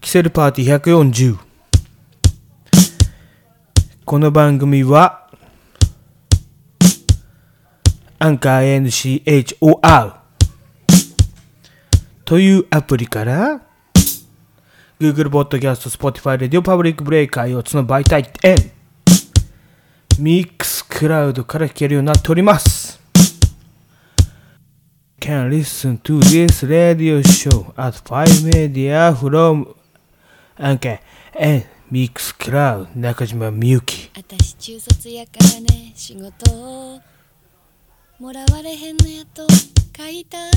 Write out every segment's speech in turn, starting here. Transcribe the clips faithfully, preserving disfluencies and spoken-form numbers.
キセルパーティーひゃくよんじゅう。この番組はアンカー エヌシーエイチオーアール というアプリから Google Podcast、Spotify、Radio Public Breaker よっつの媒体へミックスクラウドから聞けるようになっております。Can listen to this radio show at five media from Anchor and Mixcloud 中島みゆき。 あたし中卒やからね、仕事もらわれへんのやと書いた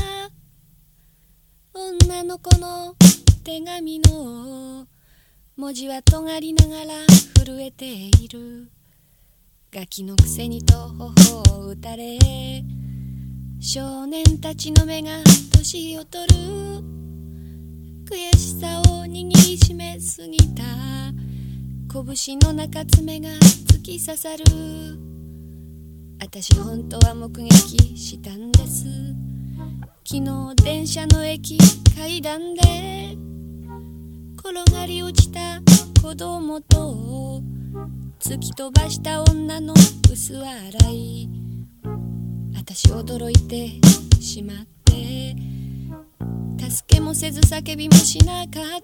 女の子の手紙の文字は尖りながら震えている。ガキのくせにと頬を打たれ、少年たちの目が年を取る。悔しさを握りしめすぎた拳の中爪が突き刺さる。あたし本当は目撃したんです。昨日電車の駅階段で転がり落ちた子供と突き飛ばした女の薄笑い。あたし驚いてしまって、助けもせず叫びもしなかった。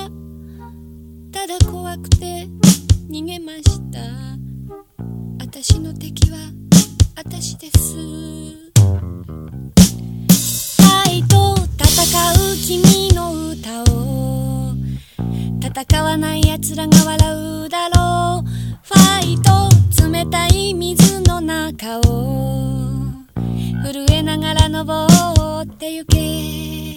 ただ怖くて逃げました。あたしの敵はあたしです。愛と戦う君の歌を戦わない奴らが笑うだろう。ファイト冷たい水の中を震えながら登ってゆけ。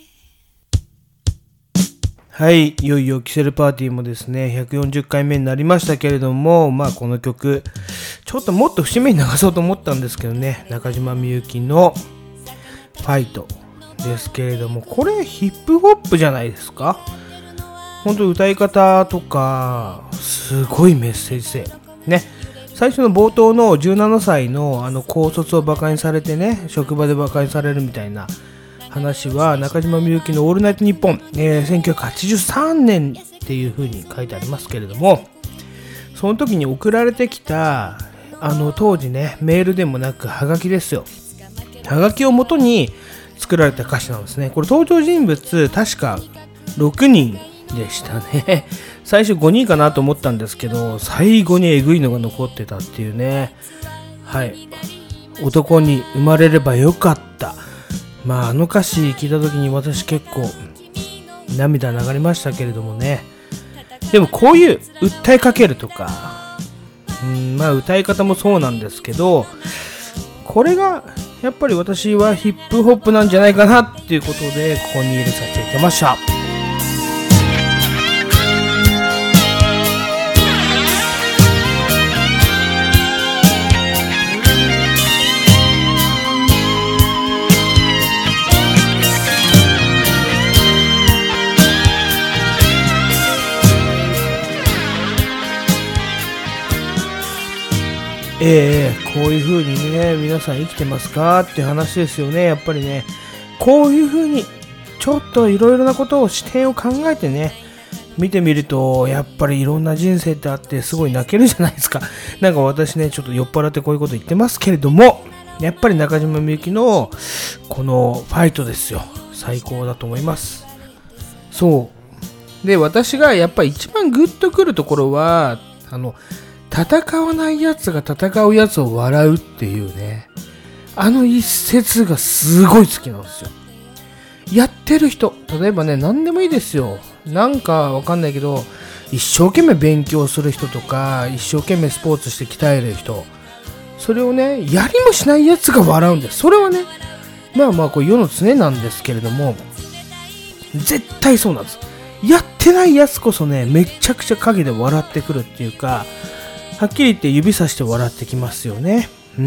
はい、いよいよキセルパーティーもですねひゃくよんじゅっかいめになりましたけれども、まあこの曲ちょっともっと節目に流そうと思ったんですけどね、中島みゆきのファイトですけれども、これヒップホップじゃないですか。本当歌い方とかすごいメッセージ性ね。最初の冒頭のじゅうななさいのあの高卒をバカにされてね、職場でバカにされるみたいな話は中島みゆきのオールナイトニッポン、えー、せんきゅうひゃくはちじゅうさんねんっていう風に書いてありますけれども、その時に送られてきたあの当時ねメールでもなくハガキですよ。ハガキを元に作られた歌詞なんですね。これ登場人物確かろくにんでしたね。最初ごにんかなと思ったんですけど、最後にえぐいのが残ってたっていうね。はい、男に生まれればよかった。まああの歌詞聞いた時に私結構涙流れましたけれどもね。でもこういう訴えかけるとか、うん、まあ歌い方もそうなんですけど、これがやっぱり私はヒップホップなんじゃないかなっていうことでここに入れさせていただきました。ええー、こういう風にね皆さん生きてますかって話ですよね。やっぱりねこういう風にちょっといろいろなことを視点を考えてね見てみると、やっぱりいろんな人生ってあってすごい泣けるじゃないですか。なんか私ねちょっと酔っ払ってこういうこと言ってますけれども、やっぱり中島みゆきのこのファイトですよ、最高だと思います。そうで、私がやっぱり一番グッとくるところはあの戦わないやつが戦うやつを笑うっていうね、あの一節がすごい好きなんですよ。やってる人、例えばね何でもいいですよ。なんかわかんないけど一生懸命勉強する人とか一生懸命スポーツして鍛える人、それをねやりもしないやつが笑うんです。それはねまあまあこう世の常なんですけれども、絶対そうなんです。やってないやつこそねめちゃくちゃ陰で笑ってくるっていうか、はっきり言って指さして笑ってきますよね。うん。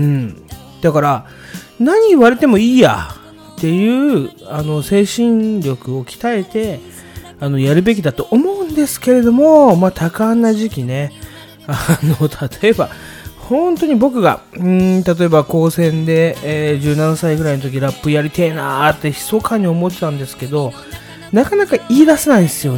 だから何言われてもいいやっていうあの精神力を鍛えてあのやるべきだと思うんですけれども、まあ多感な時期ね、あの例えば本当に僕がうーん例えば高専で、えー、じゅうななさいぐらいの時ラップやりてえなーって密かに思ってたんですけど、なかなか言い出せないんですよね。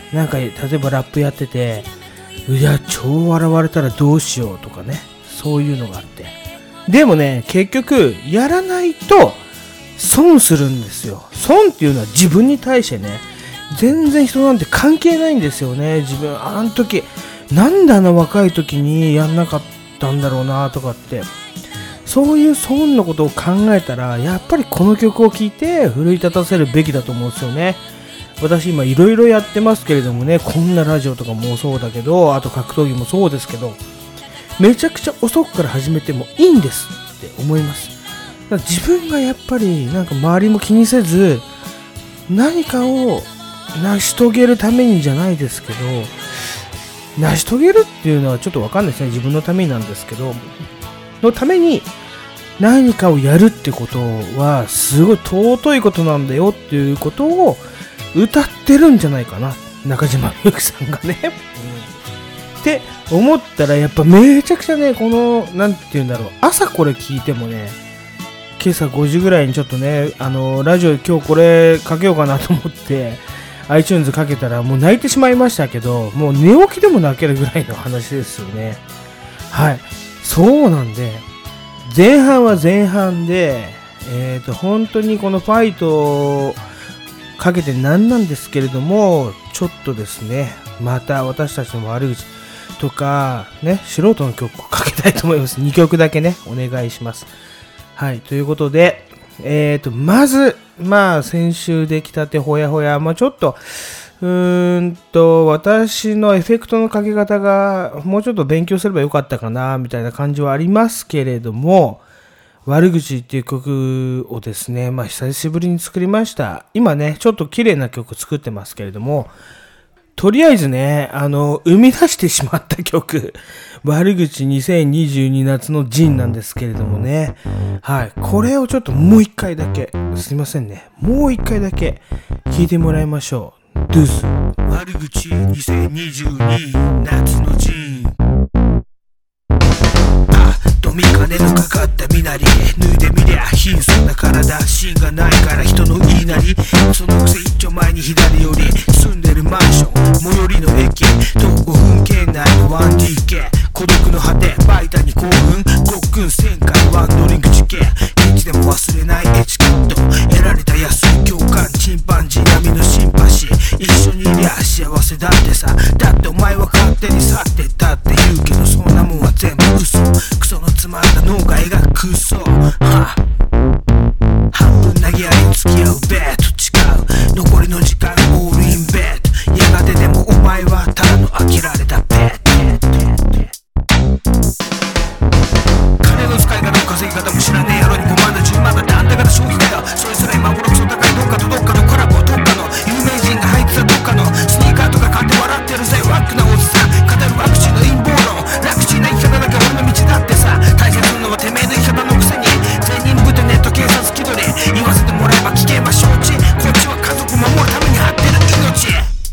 なんか例えばラップやってて、いや超笑われたらどうしようとかね、そういうのがあって、でもね結局やらないと損するんですよ。損っていうのは自分に対してね、全然人なんて関係ないんですよね。自分あの時なんであの若い時にやんなかったんだろうなとかって、そういう損のことを考えたら、やっぱりこの曲を聴いて奮い立たせるべきだと思うんですよね。私今いろいろやってますけれどもね、こんなラジオとかもそうだけど、あと格闘技もそうですけど、めちゃくちゃ遅くから始めてもいいんですって思います。だから自分がやっぱりなんか周りも気にせず何かを成し遂げるためにじゃないですけど、成し遂げるっていうのはちょっとわかんないですね。自分のためになんですけど、のために何かをやるってことはすごい尊いことなんだよっていうことを歌ってるんじゃないかな、中島みゆきさんがね、うん、って思ったら、やっぱめちゃくちゃね、このなんて言うんだろう、朝これ聞いてもね、今朝ごじぐらいにちょっとね、あのラジオ今日これかけようかなと思って iTunes かけたらもう泣いてしまいましたけど、もう寝起きでも泣けるぐらいの話ですよね。はい、そうなんで、前半は前半で、えーと、本当にこのファイトをかけてなんなんですけれども、ちょっとですね、また私たちの悪口とか、ね、素人の曲をかけたいと思います。にきょくだけね、お願いします。はい、ということで、えーと、まず、まあ、先週できたてほやほや、まあちょっと、うーんと、私のエフェクトのかけ方がもうちょっと勉強すればよかったかな、みたいな感じはありますけれども、悪口っていう曲をですね、まあ久しぶりに作りました。今ね、ちょっと綺麗な曲作ってますけれども、とりあえずね、あの、生み出してしまった曲、悪口にせんにじゅうに夏のジンなんですけれどもね、はい、これをちょっともう一回だけ、すいませんね、もう一回だけ聞いてもらいましょう。ドゥス悪口にせんにじゅうに夏のジン。あ、ドミカネのかかった身なり、脱いでみりゃ貧相な体、芯がないから人の言いなり、そのくせ一丁前に左寄り、住んでるマンション最寄りの駅、徒歩ごふん圏内の ワンディーケー、 孤独の果てバイタに興奮、ごっくんせんかいワンドリンク事件、現地でも忘れないエチケット、得られた安い共感、チンパンジー並みのシンパシー、一緒にいりゃ幸せだってさ、だってお前は勝手に去ってったって言うけど、そんなもんは全部嘘、クソのつまんだ脳が描くクソ、は半分投げ合い付き合うベッド違う、残りの時間オールインベッド、やがてでもお前はただの飽きられたペット、金の使い方も稼ぎ方も知らねえ野郎にごまんだじゅうまんだってあんた方正気かよ、そいつら今頃クソ高いどっかとどっかのコラボどっかの有名人が入ってたどっかのスニーカーとか買って笑ってるぜワックなおじさん、語るワクチンの陰謀論、楽ちんな生き方だけ俺の道だってさ、大切なのはてめえの生き方のくせに善人ぶってネット警察気取り言わせてもらえば危険は承知、こっちは家族守るために張ってる命。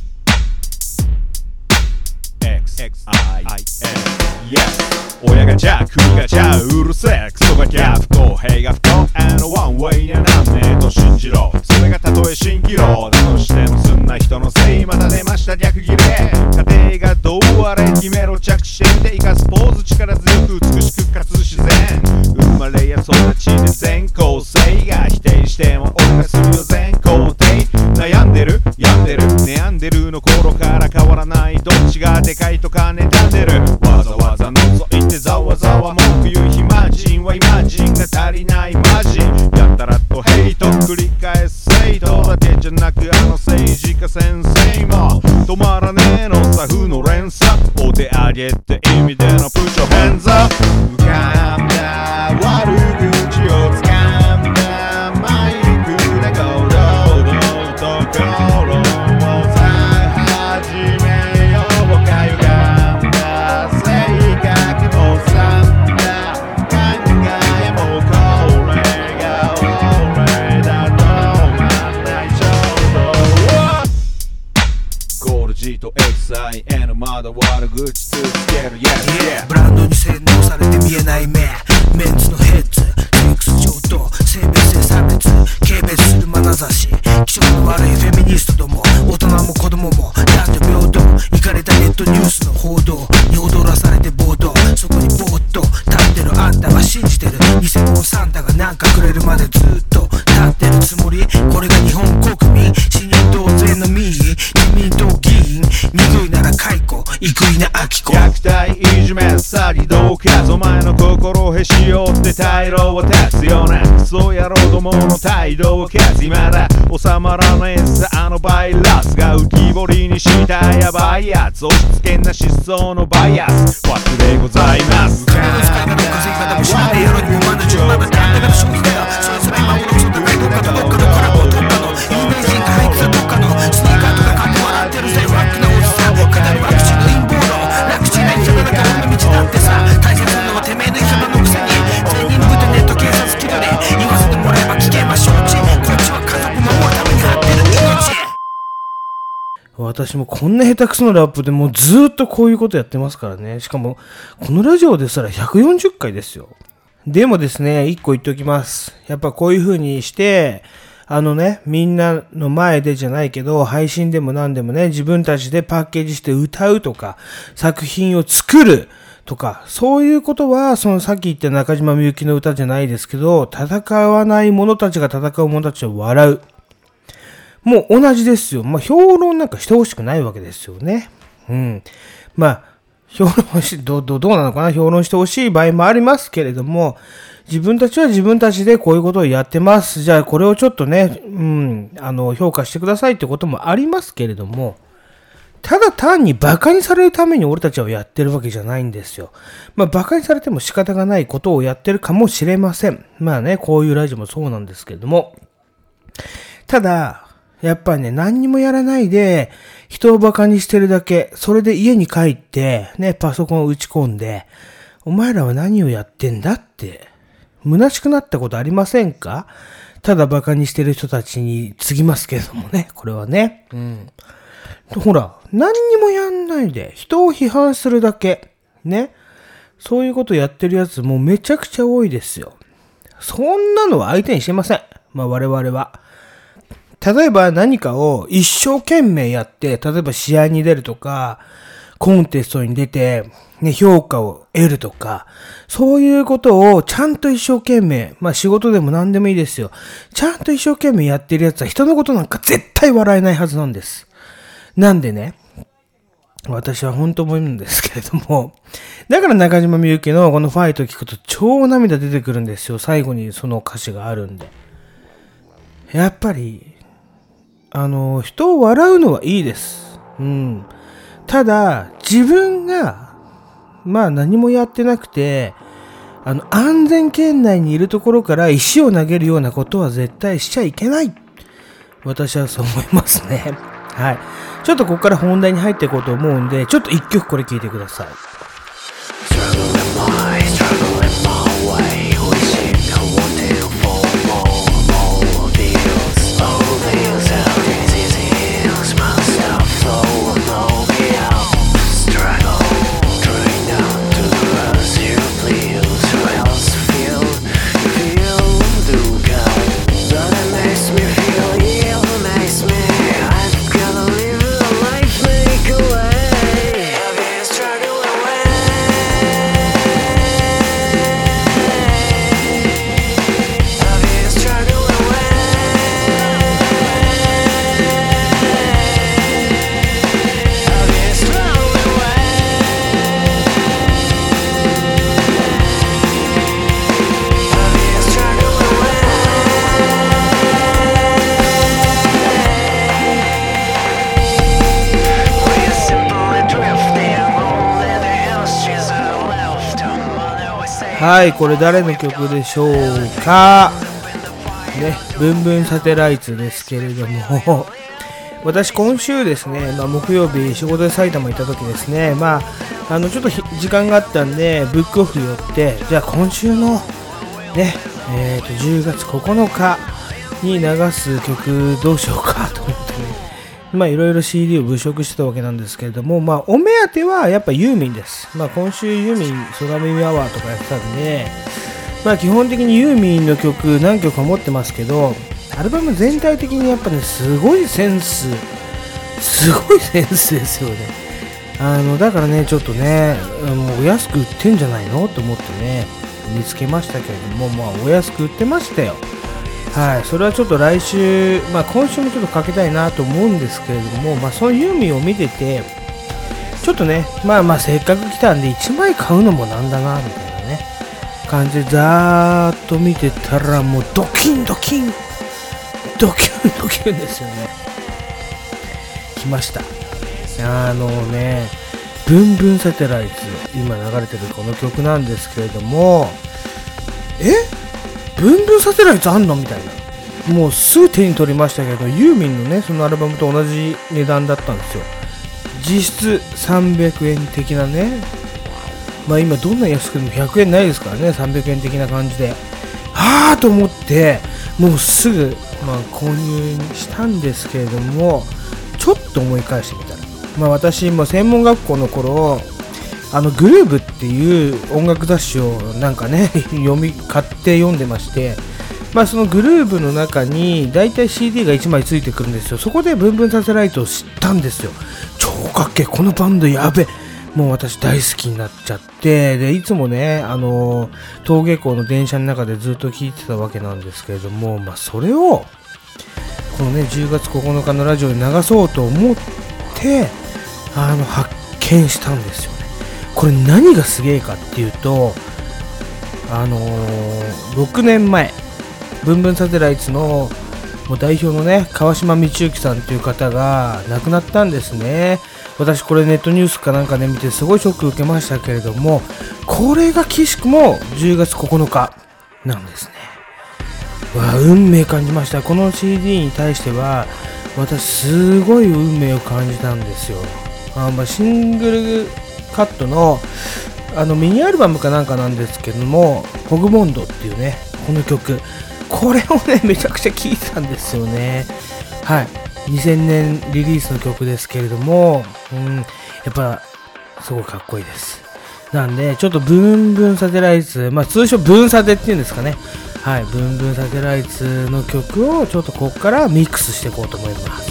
エックス アイ エヌ Yes 親がじゃ国がじゃうるせえクソがギャ不公平が不公 and one way にはなんねえと信じろ、それがたとえ蜃気楼だとしてもすんな人のせい、また出ました逆切れ、家庭がどうあれ決めろ着地点で生かすポーズ、力強く美しくかつ自然、生まれや育ちで全校生が否定しても俺がするよ全肯定、悩んでる病んでる悩んでるの頃から変わらない、どっちがでかいとか妬んでる、わざわざ覗いてざわざわ文句言う暇人はイマジンが足りないマジン、やったらとヘイト繰り返す生徒だけじゃなくあの政治家先生も止まらねえのさ負の連鎖、お手上げって意味でのプッシュヘンズアップ、浮かんだ悪口を掴んだマイクで堂々と心をさ始めようか、歪んだ性格もさんだ考えもこれが俺だとまんないちょうどゴール G と エックスアイエヌ まだ悪口続ける yeah, yeah ブランドに洗脳されて見えない目、メンツのヘッズ、セックス上等、性別性差別、軽蔑する眼差し、気性の悪いフェミニストども、大人も子供も男女得意な秋子。 虐待いじめさりどうかお前の心をへし折って退路を断つようなクソ野郎どもの態度を消す。今だ収まらねえさあのバイラスが浮き彫りにしたヤバいやつ。押し付けな思想のバイアスワックでございます。 使い方どっかせい方もしない野郎にもまだじゅうまんだってあんたが正気だよ。そいつら今俺の外でどっかとどっかのコラボを取ったの。有名人が入ってたどっかのスニーカーとか買って笑ってるぜフラックなおじさん。語るワクチンの陰謀論楽ちんな人だから俺の道だってさ。大切なのはてめえの生き方のくせに全人部とネット警察気取り言わせてもらえば危険は承知。こっちは家族守るために張ってる命。 私もこんな下手くそなラップでもうずーっとこういうことやってますからね。しかもこのラジオですらひゃくよんじゅっかいですよ。でもですね、一個言っておきます。やっぱこういう風にしてあのね、みんなの前でじゃないけど配信でも何でもね、自分たちでパッケージして歌うとか作品を作るとか、そういうことはそのさっき言った中島みゆきの歌じゃないですけど、戦わない者たちが戦う者たちを笑う、もう同じですよ。まあ評論なんかしてほしくないわけですよね。うん。まあ評論しどどどうなのかな、評論してほしい場合もありますけれども、自分たちは自分たちでこういうことをやってます。じゃあこれをちょっとね、うん、あの評価してくださいってこともありますけれども、ただ単にバカにされるために俺たちはやってるわけじゃないんですよ。まあバカにされても仕方がないことをやってるかもしれません。まあね、こういうラジオもそうなんですけれども、ただやっぱりね、何にもやらないで人をバカにしてるだけ、それで家に帰ってね、パソコンを打ち込んで、お前らは何をやってんだって虚しくなったことありませんか？ただバカにしてる人たちに継ぎますけれどもね、これはね。うん。ほら、何にもやんないで人を批判するだけね、そういうことやってるやつもうめちゃくちゃ多いですよ。そんなのは相手にしてません。まあ我々は。例えば何かを一生懸命やって、例えば試合に出るとか、コンテストに出て、ね、評価を得るとか、そういうことをちゃんと一生懸命、まあ仕事でも何でもいいですよ。ちゃんと一生懸命やってるやつは人のことなんか絶対笑えないはずなんです。なんでね、私は本当思うんですけれども、だから中島みゆきのこのファイトを聞くと超涙出てくるんですよ。最後にその歌詞があるんで。やっぱり、あの、人を笑うのはいいです。うん。ただ、自分が、まあ何もやってなくて、あの、安全圏内にいるところから石を投げるようなことは絶対しちゃいけない。私はそう思いますね。はい。ちょっとここから本題に入っていこうと思うんで、ちょっと一曲これ聴いてください。はい、これ誰の曲でしょうかね、ブンブンサテライツですけれども、私今週ですね、まあ、木曜日仕事で埼玉行った時ですね、まあ、あのちょっと時間があったんでブックオフ寄って、じゃあ今週のね、えーとじゅうがつここのかに流す曲どうしようかと思ってね、まあいろいろ シーディー を物色してたわけなんですけれども、まあお目当てはやっぱユーミンです。まあ今週ユーミン空耳アワーとかやってたんで、まあ基本的にユーミンの曲何曲か持ってますけど、アルバム全体的にやっぱね、すごいセンス、すごいセンスですよね。あの、だからね、ちょっとね、もうお安く売ってんじゃないのと思ってね、見つけましたけれども、まあお安く売ってましたよ。はい、それはちょっと来週、まあ今週もちょっとかけたいなと思うんですけれども、まあそのユーミンを見てて、 ちょっとね、まあまあせっかく来たんでいちまい買うのもなんだなみたいなね感じでざーっと見てたら、もうドキンドキンドキュンドキュンですよね。来ました。あのね、ブンブンサテライト、今流れてるこの曲なんですけれども、えブンブンサテライトあんのみたいな、もうすぐ手に取りましたけど、ユーミンのねそのアルバムと同じ値段だったんですよ。実質さんびゃくえん的なね、まあ今どんな安くてもひゃくえんないですからね、さんびゃくえん的な感じで、はぁと思ってもうすぐ、まあ、購入したんですけれども、ちょっと思い返してみたら、まあ私も専門学校の頃、あのグルーブっていう音楽雑誌をなんかね読み買って読んでまして、まあそのグルーブの中にだいたい シーディー がいちまいついてくるんですよ。そこでブンブンサテライトを知ったんですよ。超かっけえ、このバンドやべえ、もう私大好きになっちゃって、でいつもねあの登下校の電車の中でずっと聴いてたわけなんですけれども、まあそれをこのねじゅうがつここのかのラジオに流そうと思ってあの発見したんですよね。これ何がすげえかっていうと、あのー、ろくねんまえブンブンサテライトのもう代表のね川島道之さんという方が亡くなったんですね。私これネットニュースかなんかで見てすごいショック受けましたけれども、これが奇しくもじゅうがつここのかなんですね。わあ、運命感じました。この シーディー に対しては私すごい運命を感じたんですよ。あまあシングルカットのあのミニアルバムかなんかなんですけども、ホグモンドっていうねこの曲、これをねめちゃくちゃ聴いてたんですよね。はい、にせんねんリリースの曲ですけれども、うん、やっぱすごいかっこいいです。なんでちょっとブンブンサテライト、まあ通称ブンサテっていうんですかね、はい、ブンブンサテライトの曲をちょっとここからミックスしていこうと思います。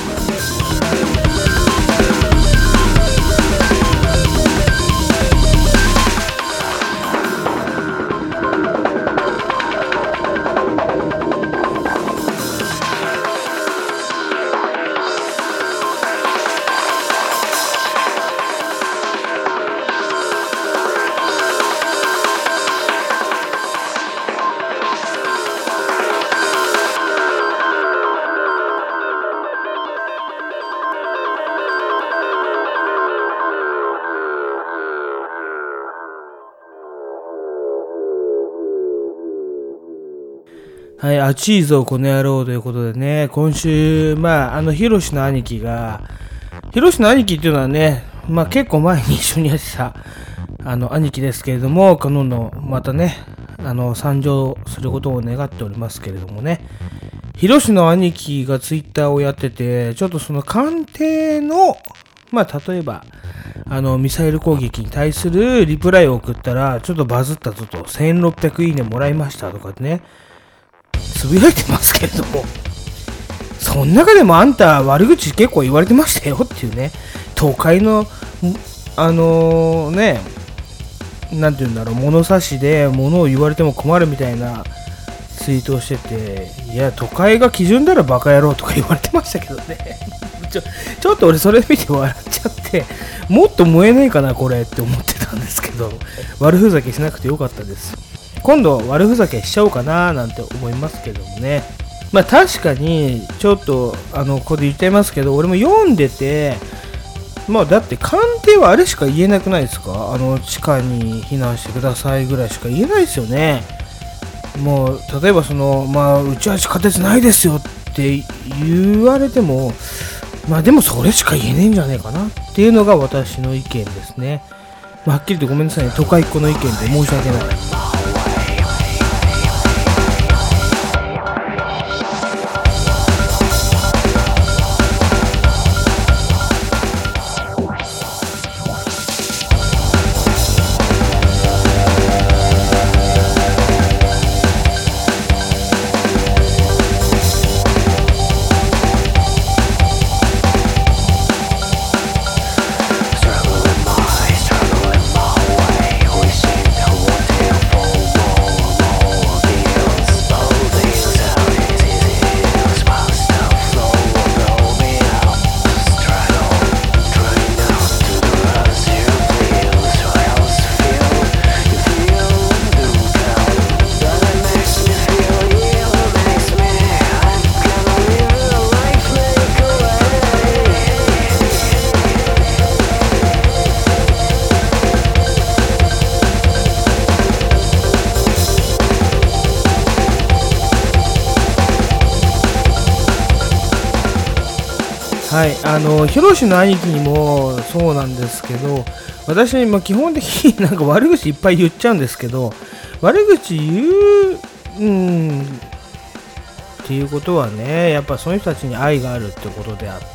はい、あちいぞこの野郎ということでね、今週、まあ、あの、ヒロシの兄貴が、ヒロシの兄貴っていうのはね、まあ結構前に一緒にやってた、あの、兄貴ですけれども、カノンの、またね、あの、参上することを願っておりますけれどもね、ヒロシの兄貴がツイッターをやってて、ちょっとその官邸の、まあ例えば、あの、ミサイル攻撃に対するリプライを送ったら、ちょっとバズったぞと、せんろっぴゃくいいねもらいましたとかね、つぶやいてますけれども、その中でもあんた悪口結構言われてましたよっていうね、都会のあのー、ね、なんていうんだろう、物差しで物を言われても困るみたいなツイートをしてて、いや都会が基準ならバカ野郎とか言われてましたけどねちょ, ちょっと俺それ見て笑っちゃって、もっと燃えねえかなこれって思ってたんですけど、悪ふざけしなくてよかったです。今度悪ふざけしちゃおうかななんて思いますけどもね。まあ確かにちょっとあのここで言っちゃいますけど、俺も読んでて、まあだって官邸はあれしか言えなくないですか。あの地下に避難してくださいぐらいしか言えないですよね。もう例えばそのまあうちは地下鉄ないですよって言われても、まあでもそれしか言えねえんじゃねえかなっていうのが私の意見ですね。まあ、はっきりとごめんなさいね、都会っ子の意見で申し訳ない。 Struggle in my, struggle in my way. We seem to want to fall. はい、あのヒロシの兄貴にもそうなんですけど、私、まあ、基本的になんか悪口いっぱい言っちゃうんですけど、悪口言う、うん、っていうことはね、やっぱその人たちに愛があるってことであって、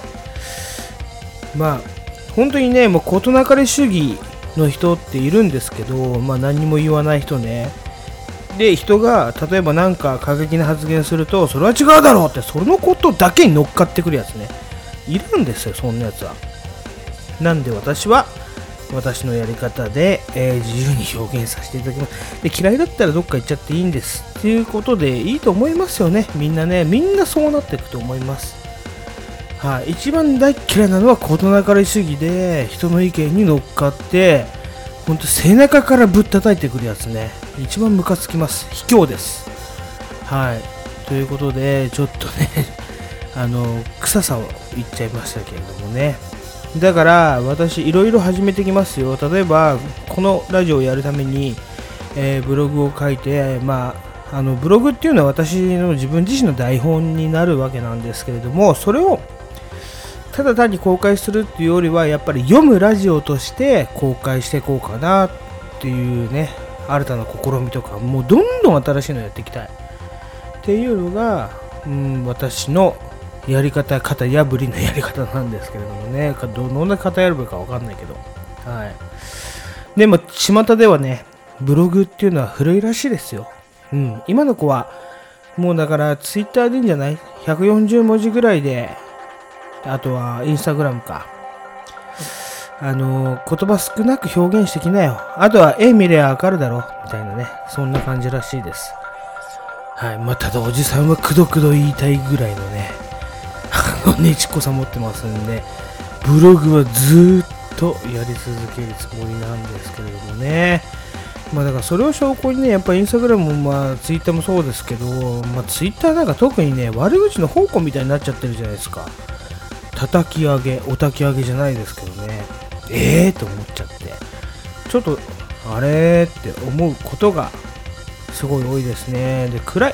まあ本当にね、もう事なかれ主義の人っているんですけど、まあ何にも言わない人ね。で、人が例えばなんか過激な発言すると、それは違うだろうって、そのことだけに乗っかってくるやつね、いるんですよ、そんなやつは。なんで私は私のやり方で、えー、自由に表現させていただきます。で、嫌いだったらどっか行っちゃっていいんですっていうことでいいと思いますよね。みんなね、みんなそうなっていくと思います。はい、一番大嫌いなのは事なかれ主義で人の意見に乗っかってほんと背中からぶったたいてくるやつね、一番ムカつきます。卑怯です。はい、ということでちょっとねあの臭さを言っちゃいましたけれどもね。だから私いろいろ始めてきますよ。例えばこのラジオをやるために、えー、ブログを書いて、まああのブログっていうのは私の自分自身の台本になるわけなんですけれども、それをただ単に公開するっていうよりはやっぱり読むラジオとして公開していこうかなっていうね、新たな試みとかもうどんどん新しいのやっていきたいっていうのが、うん、私のやり方、型破りのやり方なんですけれどもね、どんな型破りかわかんないけど、はい。でも巷ではね、ブログっていうのは古いらしいですよ。うん、今の子はもうだからツイッターでいいんじゃない？ ひゃくよんじゅう 文字ぐらいで、あとはインスタグラムか。あのー、言葉少なく表現してきなよ。あとは絵見ればわかるだろ。みたいなね。そんな感じらしいです。はい。まあ、ただおじさんはくどくど言いたいぐらいのね、あのねちっこさ持ってますんで、ブログはずーっとやり続けるつもりなんですけれどもね。まあだからそれを証拠にね、やっぱインスタグラムもまあツイッターもそうですけど、まあツイッターなんか特にね、悪口の宝庫みたいになっちゃってるじゃないですか。叩き上げ、お焚き上げじゃないですけどね、えーと思っちゃって、ちょっとあれって思うことがすごい多いですね。で、暗い。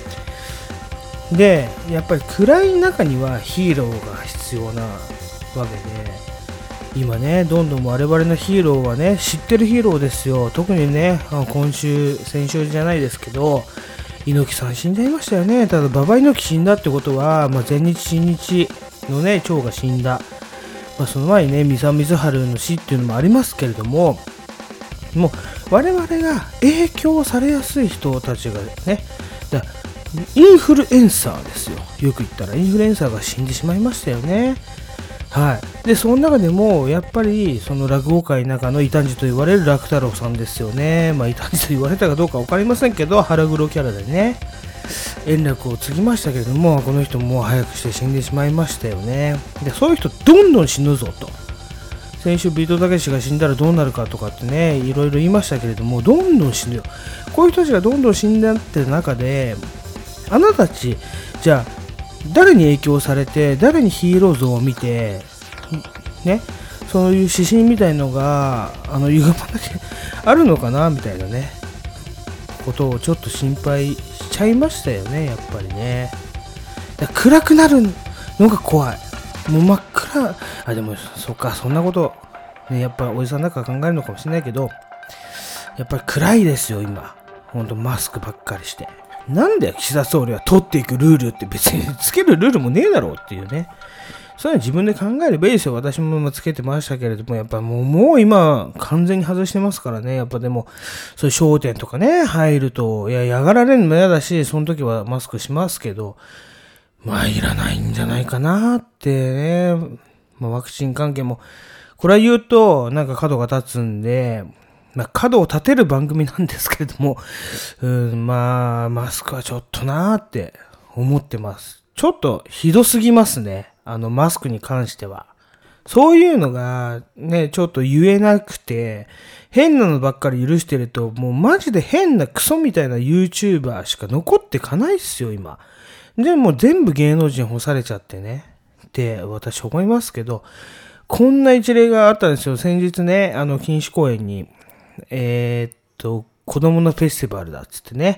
で、やっぱり暗い中にはヒーローが必要なわけで、今ね、どんどん我々のヒーローはね、知ってるヒーローですよ。特にね、今週、先週じゃないですけど、猪木さん死んじゃいましたよね。ただ、馬場猪木死んだってことは、まあ、前日新日のね、長が死んだ。まあ、その前にね、三沢光晴の死っていうのもありますけれども、もう、我々が影響されやすい人たちがね、だインフルエンサーですよ。よく言ったら、インフルエンサーが死んでしまいましたよね。はい。で、その中でも、やっぱり、その落語界の中の異端児と言われる楽太郎さんですよね。まあ、異端児と言われたかどうかわかりませんけど、腹黒キャラでね、円楽を継ぎましたけれども、この人も早くして死んでしまいましたよね。で、そういう人、どんどん死ぬぞと。先週、ビートたけしが死んだらどうなるかとかってね、いろいろ言いましたけれども、どんどん死ぬよ。こういう人たちがどんどん死んだってる中で、あなたたち、じゃあ、誰に影響されて、誰にヒーロー像を見て、ね、そういう指針みたいのが、あの、歪まなきゃあるのかなみたいなね、ことをちょっと心配しちゃいましたよね、やっぱりね。だ暗くなるのが怖い。もう真っ暗。あ、でも、そっか、そんなこと、ね、やっぱおじさんなんか考えるのかもしれないけど、やっぱり暗いですよ、今。ほんと、マスクばっかりして。なんで岸田総理は取っていくルールって別につけるルールもねえだろうっていうね。そういうの自分で考えればいいですよ。私もつけてましたけれども、やっぱもう、もう今完全に外してますからね。やっぱでも、そういう商店とかね、入ると、いや、嫌がられるのも嫌だし、その時はマスクしますけど、まあ、いらないんじゃないかなってね。まあ、ワクチン関係も、これは言うと、なんか角が立つんで、まあ、角を立てる番組なんですけれども、うん、まあ、マスクはちょっとなーって思ってます。ちょっとひどすぎますね。あの、マスクに関しては。そういうのがね、ちょっと言えなくて、変なのばっかり許してると、もうマジで変なクソみたいな YouTuber しか残ってかないっすよ、今。で、もう全部芸能人干されちゃってね。って私思いますけど、こんな一例があったんですよ。先日ね、あの、錦糸公園に、えー、っと、子供のフェスティバルだっつってね、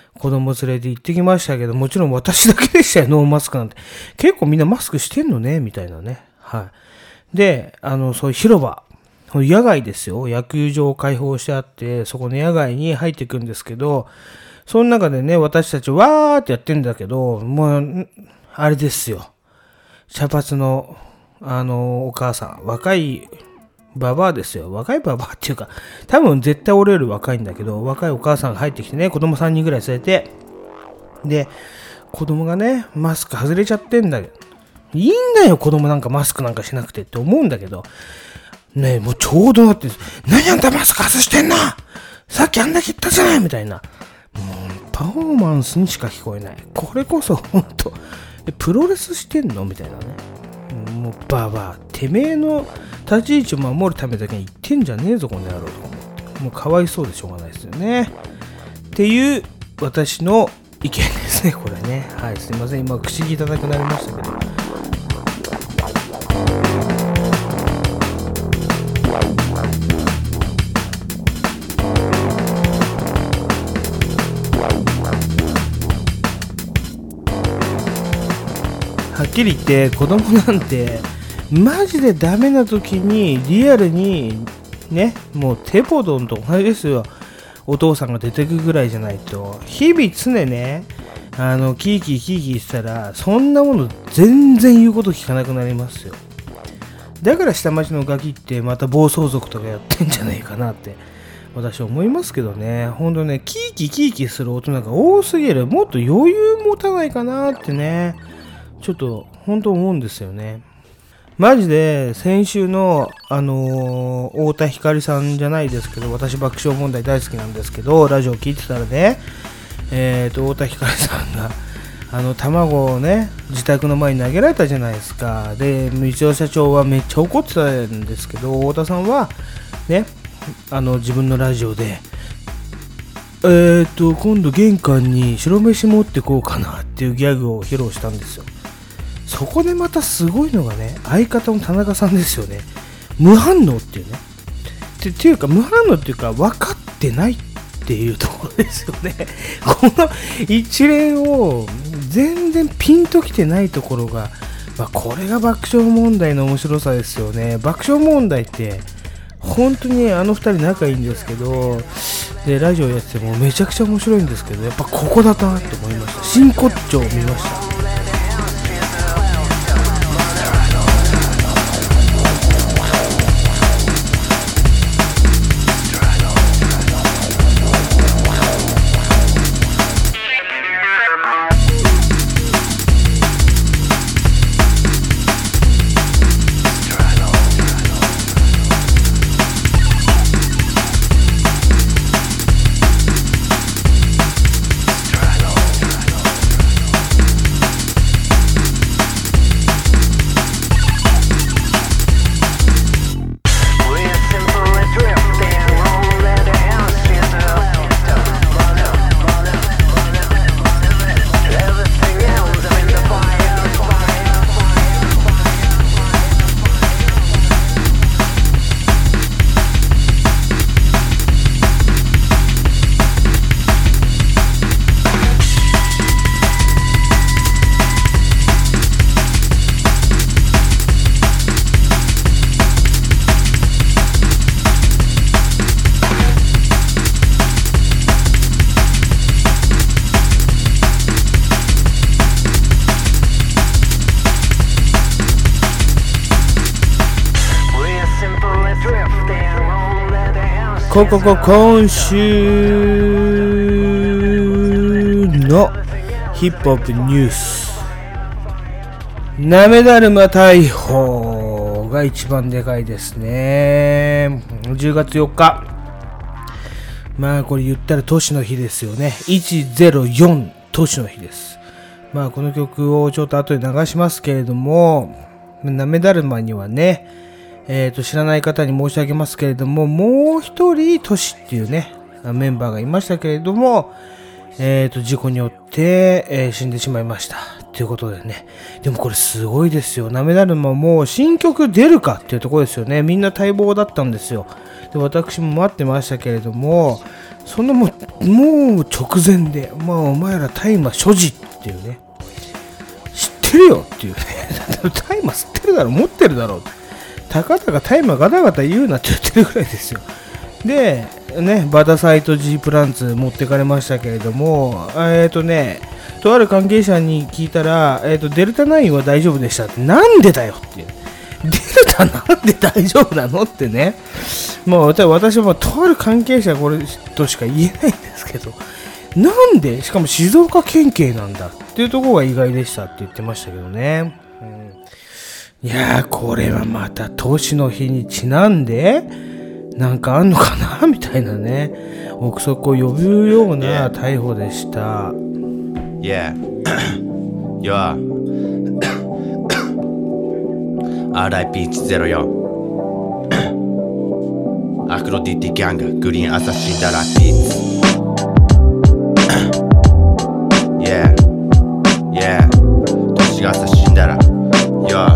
子供連れて行ってきましたけど、もちろん私だけでしたよ、ノーマスクなんて。結構みんなマスクしてんのね、みたいなね。はい。で、あの、そういう広場。野外ですよ。野球場を開放してあって、そこの野外に入っていくんですけど、その中でね、私たちわーってやってんだけど、もう、あれですよ。茶髪の、あの、お母さん、若いババアですよ。若いババアっていうか、多分絶対俺より若いんだけど、若いお母さんが入ってきてね、子供さんにんぐらい連れて、で、子供がね、マスク外れちゃってんだけど、いいんだよ、子供なんかマスクなんかしなくてって思うんだけど、ね、もうちょうどなって、何あんたマスク外してんの？さっきあんだけ言ったじゃないみたいな。もうパフォーマンスにしか聞こえない。これこそ本当プロレスしてんのみたいなね。もうバーバーてめえの立ち位置を守るためだけに言ってんじゃねえぞこの野郎とか思って、もうかわいそうでしょうがないですよねっていう私の意見ですね。これね、はい、すいません、今口聞いただくなりましたけど、はっきり言って子供なんてマジでダメな時にリアルにね、もうテポドンと同じですよ。お父さんが出てくぐらいじゃないと、日々常ね、あのキーキーキーキーしたらそんなもの全然言うこと聞かなくなりますよ。だから下町のガキってまた暴走族とかやってんじゃないかなって私は思いますけどね。ほんとね、キーキーキーキーする大人が多すぎる。もっと余裕持たないかなってね、ちょっと本当思うんですよね。マジで先週のあのー、太田光さんじゃないですけど、私爆笑問題大好きなんですけど、ラジオ聞いてたらね、えーと太田光さんがあの卵をね自宅の前に投げられたじゃないですか。で道夫社長はめっちゃ怒ってたんですけど、太田さんはね、あの自分のラジオでえーと今度玄関に白飯持ってこうかなっていうギャグを披露したんですよ。そこでまたすごいのがね、相方の田中さんですよね。無反応っていうね。ってっていうか無反応っていうか分かってないっていうところですよね。この一連を全然ピンときてないところが、まあ、これが爆笑問題の面白さですよね。爆笑問題って本当にあの二人仲いいんですけど、でラジオやっててもめちゃくちゃ面白いんですけど、やっぱここだなって思いました。真骨頂を見ました。こここ今週のヒップホップニュース、なめだるま逮捕が一番でかいですね。じゅうがつよっか、まあこれ言ったら都市の日ですよね。いちぜろよん都市の日です。まあこの曲をちょっと後で流しますけれども、なめだるまにはね、えーと知らない方に申し上げますけれども、もう一人トシっていうねメンバーがいましたけれども、えーと事故によって、えー死んでしまいましたっっていうことでね。でもこれすごいですよ。なめだるまもう新曲出るかっていうところですよね。みんな待望だったんですよ。で、私も待ってましたけれども、そのもう、もう直前で、まあお前ら大麻所持っていうね。知ってるよっていうね。大麻吸ってるだろ、持ってるだろう。たかだか大麻ガタガタ言うなって言ってるぐらいですよ。で、ね、バタサイト G プランツ持ってかれましたけれども、えっとね、とある関係者に聞いたら、えっと、デルタナインは大丈夫でしたって、なんでだよっていう。デルタなんで大丈夫なのってね。もう私はもうとある関係者これとしか言えないんですけど、なんでしかも静岡県警なんだっていうところが意外でしたって言ってましたけどね。うん、いやー、これはまた投資の日にちなんで、なんかあんのかなみたいなね、憶測を呼ぶような逮捕でした。 Yeah. Yeah. アールアイピーいちゼロよん アクロディティギャンググリーンアサシンダラピーツ Yeah. Yeah. 年がアサシンダラ Yeah.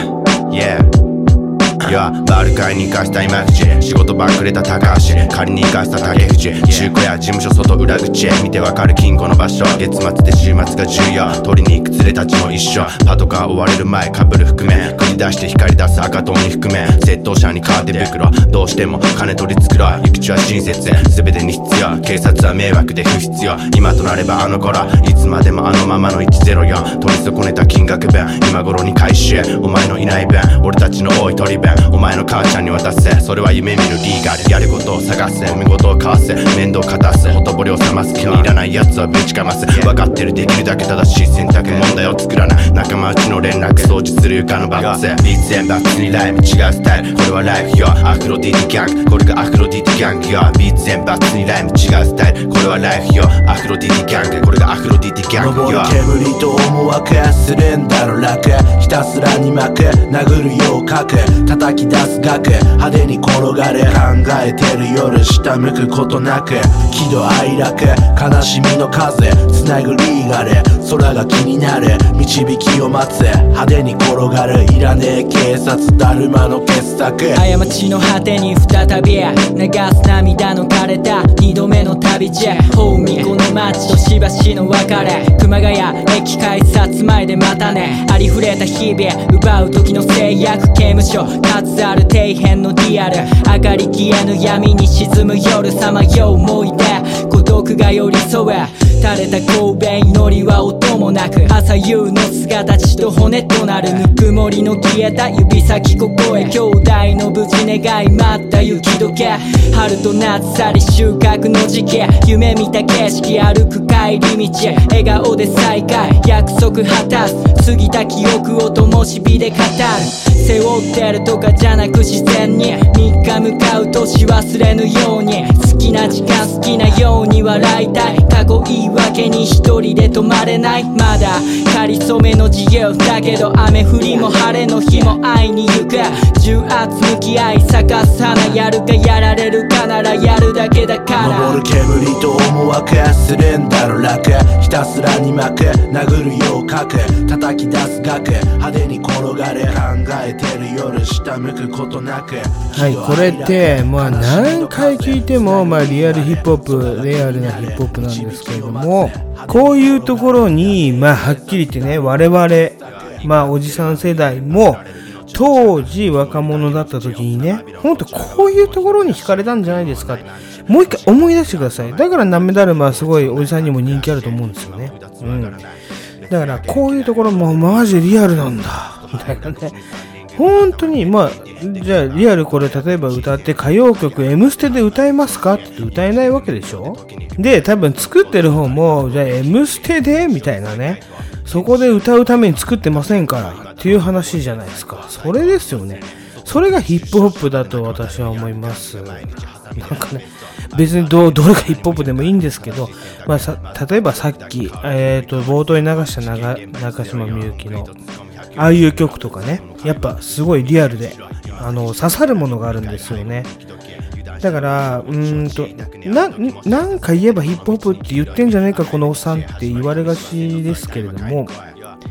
Yeah.いやバルカイに生かした今口仕事ばっくれた高橋仮に生かした竹藤中古屋事務所外裏口見てわかる金庫の場所月末で週末が重要取りに行く連れたちも一緒パトカー追われる前かぶる覆面繰り出して光り出す赤トンに覆面窃盗者にカーテ袋どうしても金取り繕う行く地は親切全てに必要警察は迷惑で不必要今となればあの頃いつまでもあのままのいちゼロよん取り損ねた金額分今頃に回収お前のいない分俺たちの多い取り分お前の母ちゃんに渡せそれは夢見るリーガルやることを探せ見事をかわせ面倒かたせほとぼりを冷ます気のいらないやつはぶちかます分かってるできるだけ正しい選択問題を作らない仲間内の連絡掃除する床のバッツビーツエンバッツにライム違うスタイルこれはライフよアフロディティギャングこれがアフロディティギャングよビーツエンバッツにライム違うスタイルこれはライフよアフロディティギャングこれがアフロディティギャングよ登る煙と思惑するんだろ楽ひたすらに巻く殴るよう書く叩き出す額派手に転がる考えてる夜下向くことなく喜怒哀楽悲しみの風つなぐリーガル空が気になる導きを待つ派手に転がるいらねえ警察だるまの傑作過ちの果てに再び流す涙の枯れた二度目の旅路ホーミこの街としばしの別れ熊谷駅改札前でまたねありふれた日々奪う時の制約刑務所数ある底辺のリアル明かり消えぬ闇に沈む夜さまよう思い出孤独が寄り添え垂れた神戸祈りは音もなく朝夕の姿血と骨となるぬくもりの消えた指先ここへ兄弟の無事願い待った雪解け春と夏去り収穫の時期夢見た景色歩く帰り道笑顔で再会約束果たす過ぎた記憶を灯火で語る背負ってるとかじゃなく自然に三日向かう年忘れぬように好きな時間好きなように笑いたい過去言い訳に一人で止まれないまだかりそめの自由だけど雨降りも晴れの日も会いに行く重圧向き合い咲かす花やるかやられるかならやるだけだから昇る煙と思惑するんだろ楽ひたすらに巻く殴るよう書く叩き出す額派手に転がる考えてる夜下向くことなくはい、これってまあ何回聞いてもまあリアルヒップホップレアルなヒップホップなんですけれどもこういうところにまあはっきり言ってね我々まあおじさん世代も当時若者だった時にねほんとこういうところに惹かれたんじゃないですかもう一回思い出してくださいだからなめだるまはすごいおじさんにも人気あると思うんですよねうんだからこういうところもマジリアルなんだみたいなね本当にまあじゃあリアルこれ例えば歌って歌謡曲 M ステで歌えますかって歌えないわけでしょで多分作ってる方もじゃあ M ステでみたいなねそこで歌うために作ってませんからっていう話じゃないですかそれですよねそれがヒップホップだと私は思いますなんかね別に ど, どれがヒップホップでもいいんですけど、まあ、さ例えばさっき、えー、と冒頭に流した長中島みゆきのああいう曲とかねやっぱすごいリアルであの刺さるものがあるんですよねだからうーんと な, なんか言えばヒップホップって言ってんじゃないかこのおっさんって言われがちですけれども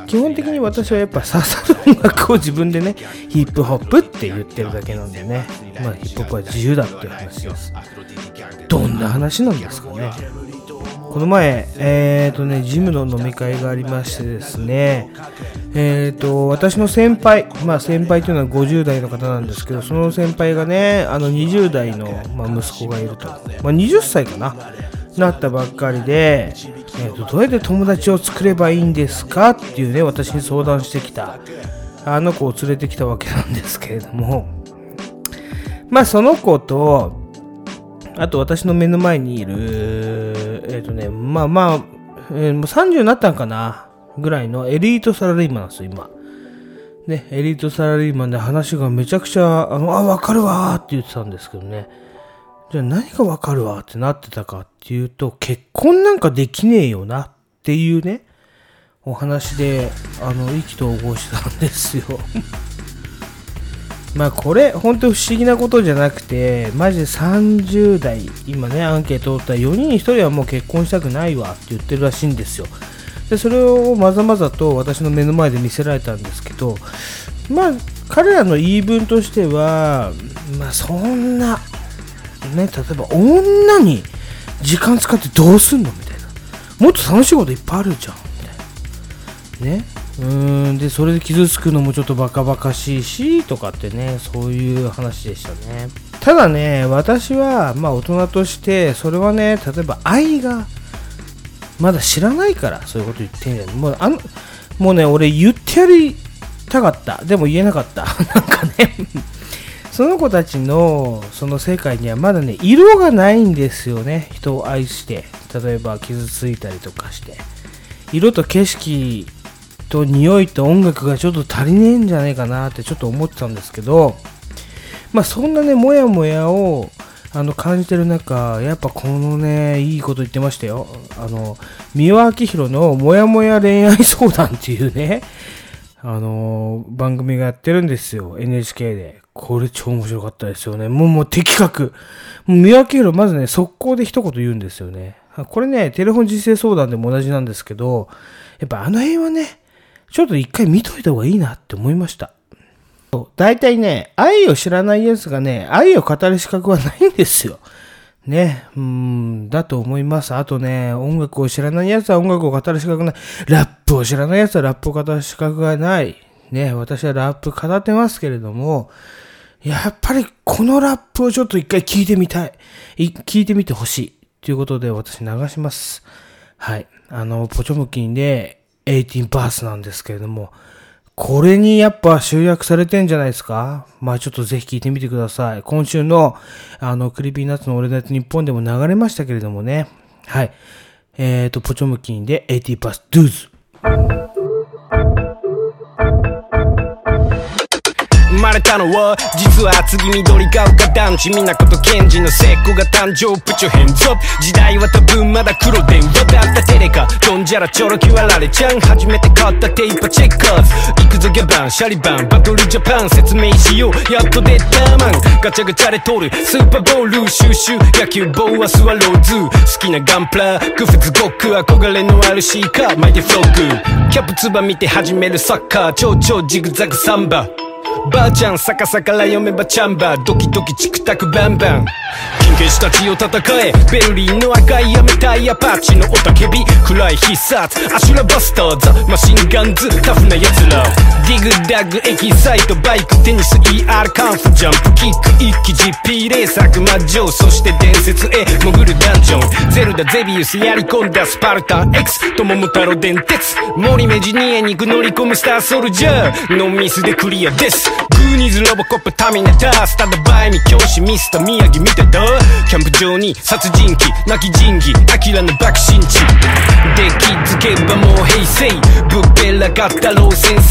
基本的に私はやっぱ刺さる音楽を自分でねヒップホップって言ってるだけなんでね、まあヒップホップは自由だっていう話です。どんな話なんですかね。この前えーとねジムの飲み会がありましてですね、えーと私の先輩、まあ先輩というのはごじゅう代の方なんですけど、その先輩がねあのにじゅう代の、まあ、息子がいると、まあ、はたちかななったばっかりで、えーとどうやって友達を作ればいいんですかっていうね私に相談してきたあの子を連れてきたわけなんですけれども、まあその子とあと私の目の前にいるえっ、ー、とねまあまあ、えー、もうさんじゅうになったんかなぐらいのエリートサラリーマンなんですよ今ね。エリートサラリーマンで話がめちゃくちゃあのあ分かるわーって言ってたんですけどね、じゃあ何が分かるわってなってたかっていうと、結婚なんかできねえよなっていうねお話であの意気投合してたんですよまあこれ本当不思議なことじゃなくて、マジでさんじゅう代今ねアンケート取ったらよにんにひとりはもう結婚したくないわって言ってるらしいんですよ。でそれをまざまざと私の目の前で見せられたんですけど、まあ彼らの言い分としてはまあそんなね、例えば女に時間使ってどうすんのみたいな、もっと楽しいこといっぱいあるじゃんみたいなね。うーんでそれで傷つくのもちょっとバカバカしいしとかってね、そういう話でしたね。ただね私はまあ大人としてそれはね、例えば愛がまだ知らないからそういうこと言ってんじゃん。もうあのもうね俺言ってやりたかった、でも言えなかったなんかねその子たちのその世界にはまだね色がないんですよね。人を愛して例えば傷ついたりとかして、色と景色と匂いと音楽がちょっと足りねえんじゃないかなってちょっと思ってたんですけど、まあそんなねモヤモヤをあの感じてる中、やっぱこのねいいこと言ってましたよ。あの三輪明宏のモヤモヤ恋愛相談っていうねあのー、番組がやってるんですよ エヌエイチケー で。これ超面白かったですよね。もうもう的確。もう三輪明宏まずね速攻で一言言うんですよね。これねテレフォン人生相談でも同じなんですけど、やっぱあの辺はねちょっと一回見といた方がいいなって思いました。だいたいね愛を知らないやつがね愛を語る資格はないんですよね。うーんだと思います。あとね音楽を知らないやつは音楽を語る資格ない、ラップを知らないやつはラップを語る資格がないね。私はラップ語ってますけれども、やっぱりこのラップをちょっと一回聞いてみたい、聞いてみてほしいということで私流します。はい、あのポチョムキンでじゅうはちバースなんですけれども、これにやっぱ集約されてんじゃないですか。まあちょっとぜひ聞いてみてください。今週のあのクリーピーナッツのオールナイトニッポンでも流れましたけれどもね。はい。えーとポチョムキンでじゅうはちバースドゥーズ。 生まれたのは実は厚木緑が丘団地、みなことケンジの成功が誕生。プチョヘンズアップ、時代は多分まだ黒電話だったテレカ、ドンジャラチョロキはラレちゃん、初めて買ったテープチェッカーズ、行くぞギャバンシャリバンバトルジャパン、説明しようやっと出たマン、ガチャガチャで取るスーパーボール収集、野球棒はスワローズ、好きなガンプラグフズゴック、憧れのあるシーカー巻いてフロッグ、キャプツバ見て始めるサッカー、超超ジグザグサンバ、ばあちゃん逆さから読めばチャンバー、ドキドキチクタクバンバン、金消したちを戦え、ベルリンの赤い雨タイヤパッチの雄たけび、暗い必殺アシュラバスターズ、マシンガンズタフな奴ら、ディグダグエキサイトバイクテニス イーアール カンフジャンプキック一気 ジーピー レーサー魔女、そして伝説へ潜るダンジョン、ゼルダゼビウスやり込んだスパルタン X と桃太郎電鉄、森目ジニエ肉乗り込むスターソルジャー、ノンミスでクリアです。グーニーズロボコップタミネタースタダバイミ教師ミスター宮城見てた、キャンプ場に殺人鬼泣き仁義アキラの爆心地で気づけばもう平成、ぶっべらかったろう先生、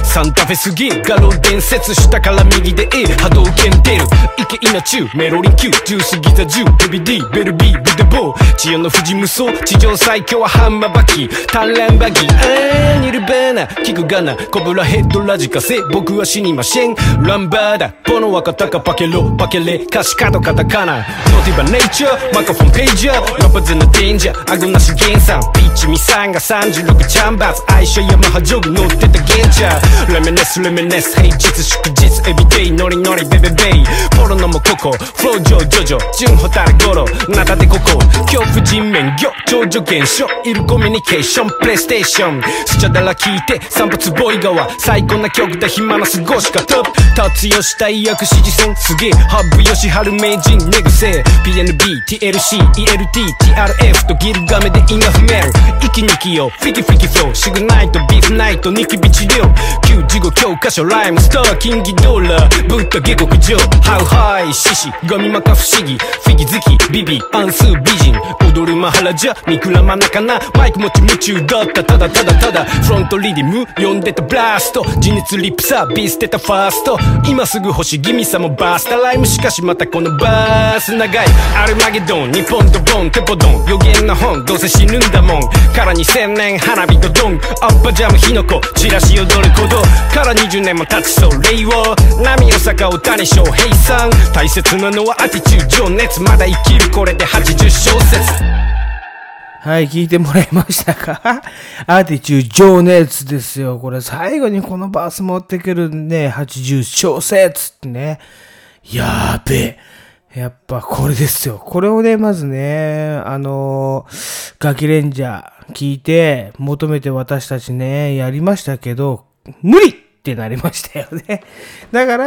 サンタフェすぎ画廊伝説下から右で A 波動拳出るイケイナチューメロリン Q ジュースギザじゅうヘビ D ベル B ブデボー千代の富士無双地上最強はハンマーバキタンランバギあーニルバーナ聞くガナコブラヘッドラジカセ僕は死にませんランバーダボノワカタカパケロパケレ歌詞カドカタカナノーティバネイチャーマカフォンページャーラバズのデンジャーアゴなしゲンさんピッチミさんがさんじゅうろくチャンバーズ愛車ヤマハジョグ乗ってたゲンチャーレメネスレメネス平日祝日エビデイノリノリベベベイポロノもココフロージョジョジョ純ホタルゴロナタデココ恐怖人面魚頂上現象いるコミュニケーションプレイステーションスチャダラ聞いて散髪ボイ川最高な曲だ暇な過ごし方達吉大役指示戦すげえハブヨシハル名人寝癖 ピーエヌビー ティーエルシー イーエルティー ティーアールエフ とギルガメで因が踏める息抜きよフィキフィキフローシグナイトビーフナイトニキビ治療旧事後教科書ライムスターキンギドーラーブッダ下克上ハウハイ獅子ガミマカ不思議フィギ好きビビアンス美人踊るマハラジャミクラマナカナマイク持ち夢中だったただただただフロントリディム呼んでたブラスト地熱リップサービスてたファースト今すぐ欲しいギミさもバースタライムしかしまたこのバース長いアルマゲドン日本ドボンテポドン予言の本どうせ死ぬんだもんからにせんねん花火とドンアッパジャム火の粉チラシ踊ることからにじゅうねんも経ちそう令和波の坂を谷翔平さん大切なのはアティチュー情熱まだ生きるこれではちじゅう小節はい、聞いてもらいましたか？アティチュー情熱ですよ。これ最後にこのバース持ってくるね、はちじゅう小節ってね。やーべえ。やっぱこれですよ。これをね、まずね、あのー、ガキレンジャー聞いて求めて私たちね、やりましたけど、無理ってなりましたよね。だから、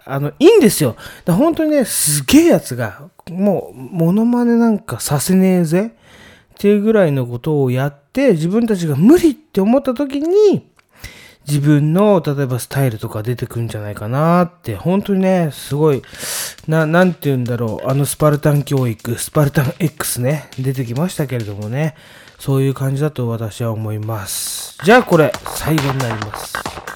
あの、いいんですよ。だ本当にね、すげえやつが、もう、モノマネなんかさせねえぜ。っていうぐらいのことをやって自分たちが無理って思った時に自分の例えばスタイルとか出てくるんじゃないかなって本当にねすごいななんて言うんだろうあのスパルタン教育スパルタン X ね出てきましたけれどもねそういう感じだと私は思います。じゃあこれ最後になります。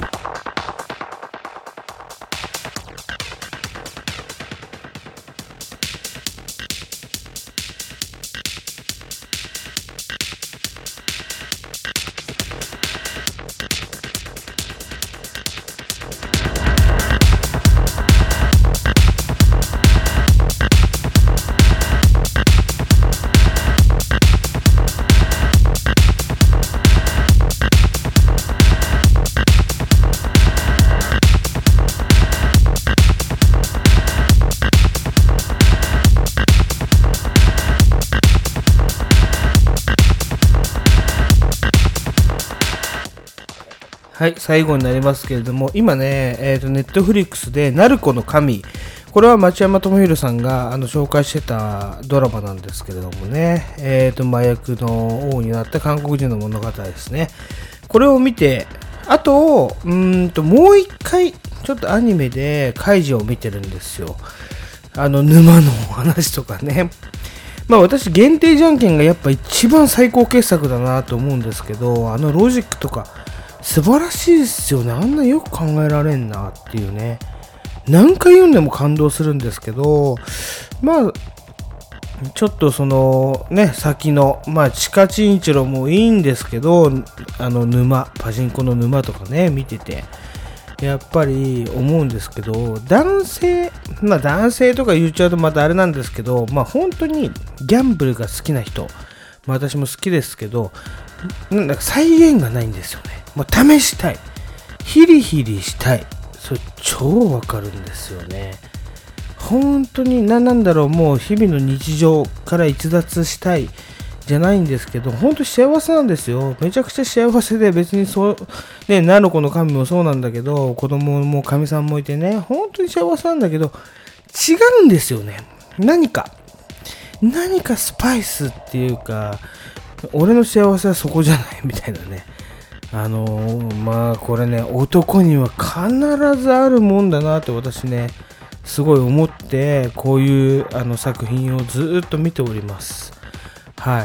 はい、最後になりますけれども、今ね、えっと、ネットフリックスで、ナルコの神。これは町山智博さんがあの紹介してたドラマなんですけれどもね、えっと、麻薬の王になった韓国人の物語ですね。これを見て、あと、うーんと、もう一回、ちょっとアニメでカイジを見てるんですよ。あの、沼のお話とかね。まあ私、限定じゃんけんがやっぱ一番最高傑作だなと思うんですけど、あのロジックとか、素晴らしいですよね。あんなよく考えられんなっていうね。何回読んでも感動するんですけど、まあ、ちょっとそのね、先の、まあ、地下チンチロもいいんですけど、あの沼、パチンコの沼とかね、見てて、やっぱり思うんですけど、男性、まあ男性とか言っちゃうとまたあれなんですけど、まあ本当にギャンブルが好きな人、まあ私も好きですけど、なんだか再現がないんですよね。もう試したい。ヒリヒリしたい。それ超わかるんですよね。本当に何なんだろう、もう日々の日常から逸脱したいじゃないんですけど、本当に幸せなんですよ。めちゃくちゃ幸せで、別にそう、ね、ナルコの神もそうなんだけど、子供も神さんもいてね、本当に幸せなんだけど、違うんですよね。何か。何かスパイスっていうか、俺の幸せはそこじゃないみたいなね。あのー、まあこれね、男には必ずあるもんだなって私ね、すごい思って、こういうあの作品をずっと見ております。はい。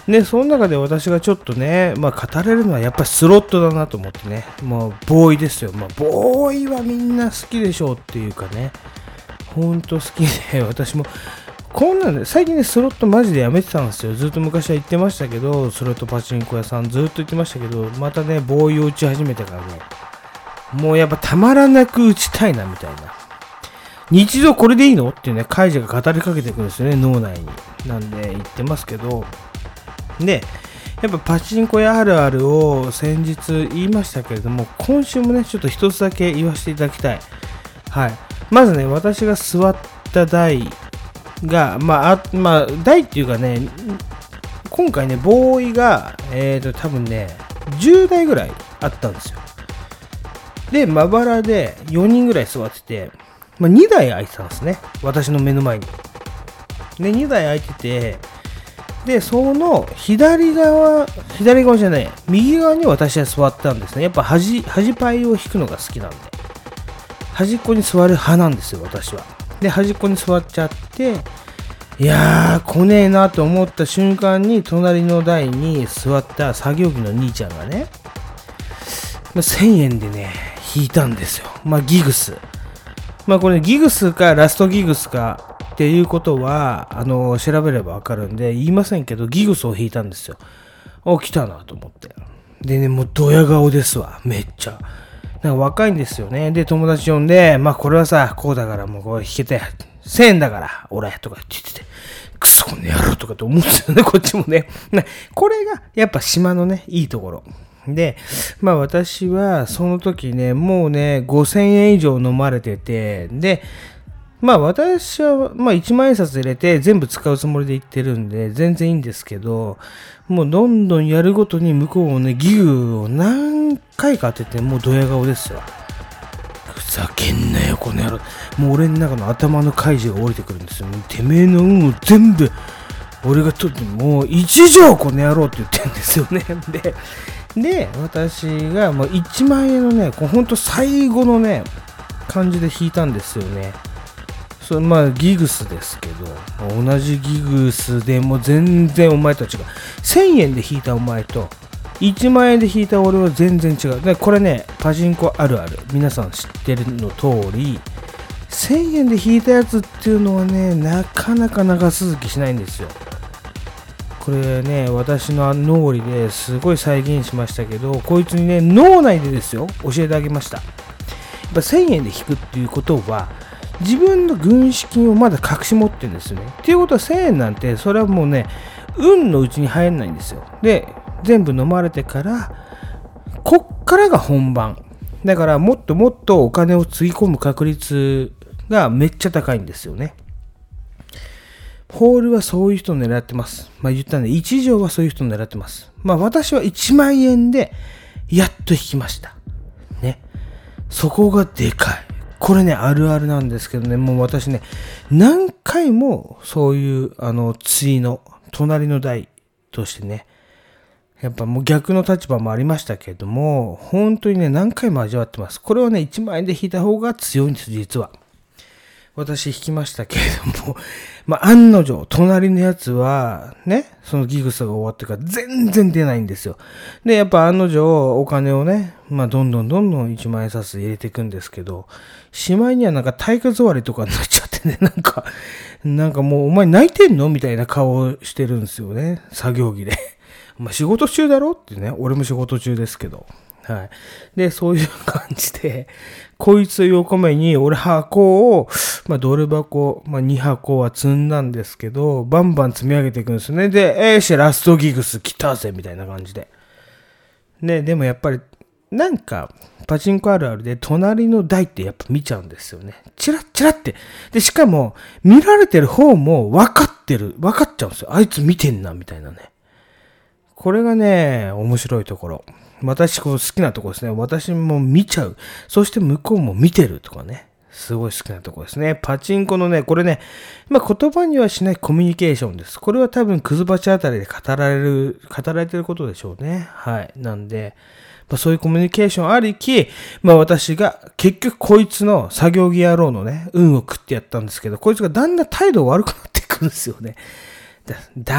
で、その中で私がちょっとね、まあ語れるのはやっぱりスロットだなと思ってね、もうボーイですよ。まあボーイはみんな好きでしょうっていうかね、ほんと好きで、私もこんなんで、最近ね、スロットマジでやめてたんですよ。ずっと昔は言ってましたけど、スロットパチンコ屋さんずっと言ってましたけど、またね、ボーイを打ち始めてからね、もうやっぱたまらなく打ちたいなみたいな。日常これでいいのっていうね、カイジが語りかけてくるんですよね、脳内に。なんで言ってますけど、で、やっぱパチンコ屋あるあるを先日言いましたけれども、今週もね、ちょっと一つだけ言わせていただきたい。はい。まずね、私が座った台が、まあ、あまあ、台っていうかね、今回ね、ボーイが、えっと、多分ね、じゅうだいぐらいあったんですよ。で、まばらでよにんぐらい座ってて、まあ、にだい空いてたんですね。私の目の前に。で、にだい空いてて、で、その左側、左側じゃない、右側に私は座ったんですね。やっぱ端、端パイを引くのが好きなんで。端っこに座る派なんですよ、私は。で、端っこに座っちゃって、いやー、来ねえなと思った瞬間に、隣の台に座った作業着の兄ちゃんがね、せんえんでね、引いたんですよ。まあ、ギグス。まあ、これギグスかラストギグスかっていうことは、あの、調べればわかるんで、言いませんけど、ギグスを引いたんですよ。お、来たなと思って。でね、もうドヤ顔ですわ、めっちゃ。なんか若いんですよね。で、友達呼んで、まあこれはさ、こうだからもうこれ引けて、せんえんだから、俺、とか言ってて、くそこの野郎とかって思うんですよね、こっちもね。これが、やっぱ島のね、いいところ。で、まあ私は、その時ね、もうね、ごせんえん以上飲まれてて、で、まあ私は、まあいちまん円札入れて全部使うつもりで言ってるんで、全然いいんですけど、もうどんどんやるごとに向こうもね、ギグを何回か当てて、もうドヤ顔ですよ。ふざけんなよ、この野郎。もう俺の中の頭の開示が降りてくるんですよ。てめえの運を全部、俺が取って、もう一条この野郎って言ってるんですよね。で、で、私がもういちまん円のね、こうほんと最後のね、感じで引いたんですよね。それまあギグスですけど、同じギグスでも全然お前とは違う。せんえんで引いたお前と、いちまん円で引いた俺は全然違う。でこれね、パチンコあるある。皆さん知ってるの通り、せんえんで引いたやつっていうのはね、なかなか長続きしないんですよ。これね、私の脳裏ですごい再現しましたけど、こいつにね、脳内でですよ、教えてあげました。やっぱせんえんで引くっていうことは、自分の軍資金をまだ隠し持ってるんですよね。っていうことはせんえんなんて、それはもうね、運のうちに入らないんですよ。で、全部飲まれてから、こっからが本番。だからもっともっとお金をつぎ込む確率がめっちゃ高いんですよね。ホールはそういう人を狙ってます。まあ言ったんで、いち条はそういう人を狙ってます。まあ私はいちまん円でやっと引きました。ね。そこがでかい。これね、あるあるなんですけどね、もう私ね、何回もそういう、あの、対の、隣の台としてね、やっぱもう逆の立場もありましたけれども、本当にね、何回も味わってます。これはね、いちまん円で引いた方が強いんです、実は。私引きましたけれども、まあ、案の定、隣のやつは、ね、そのギグスが終わってから全然出ないんですよ。で、やっぱ案の定、お金をね、まあ、どんどんどんどんいちまん円札入れていくんですけど、しまいにはなんか体育座りとかになっちゃってね、なんか、なんかもうお前泣いてんのみたいな顔をしてるんですよね、作業着で。お前仕事中だろってね、俺も仕事中ですけど。はい。で、そういう感じで、こいつ横目に俺箱を、まあ、ドル箱、まあ、に箱は積んだんですけど、バンバン積み上げていくんですよね。で、えーし、ラストギグス来たぜみたいな感じで。ね、でもやっぱり、なんか、パチンコあるあるで、隣の台ってやっぱ見ちゃうんですよね。チラッチラって。で、しかも、見られてる方も分かってる、分かっちゃうんですよ。あいつ見てんな、みたいなね。これがね、面白いところ。私こう好きなところですね。私も見ちゃう。そして向こうも見てるとかね。すごい好きなところですね。パチンコのね、これね、まあ、言葉にはしないコミュニケーションです。これは多分クズバチあたりで語られる、語られてることでしょうね。はい。なんで、まあ、そういうコミュニケーションありき、まあ私が結局こいつの作業着野郎のね、運を食ってやったんですけど、こいつがだんだん態度悪くなっていくんですよね。だ、ダメ。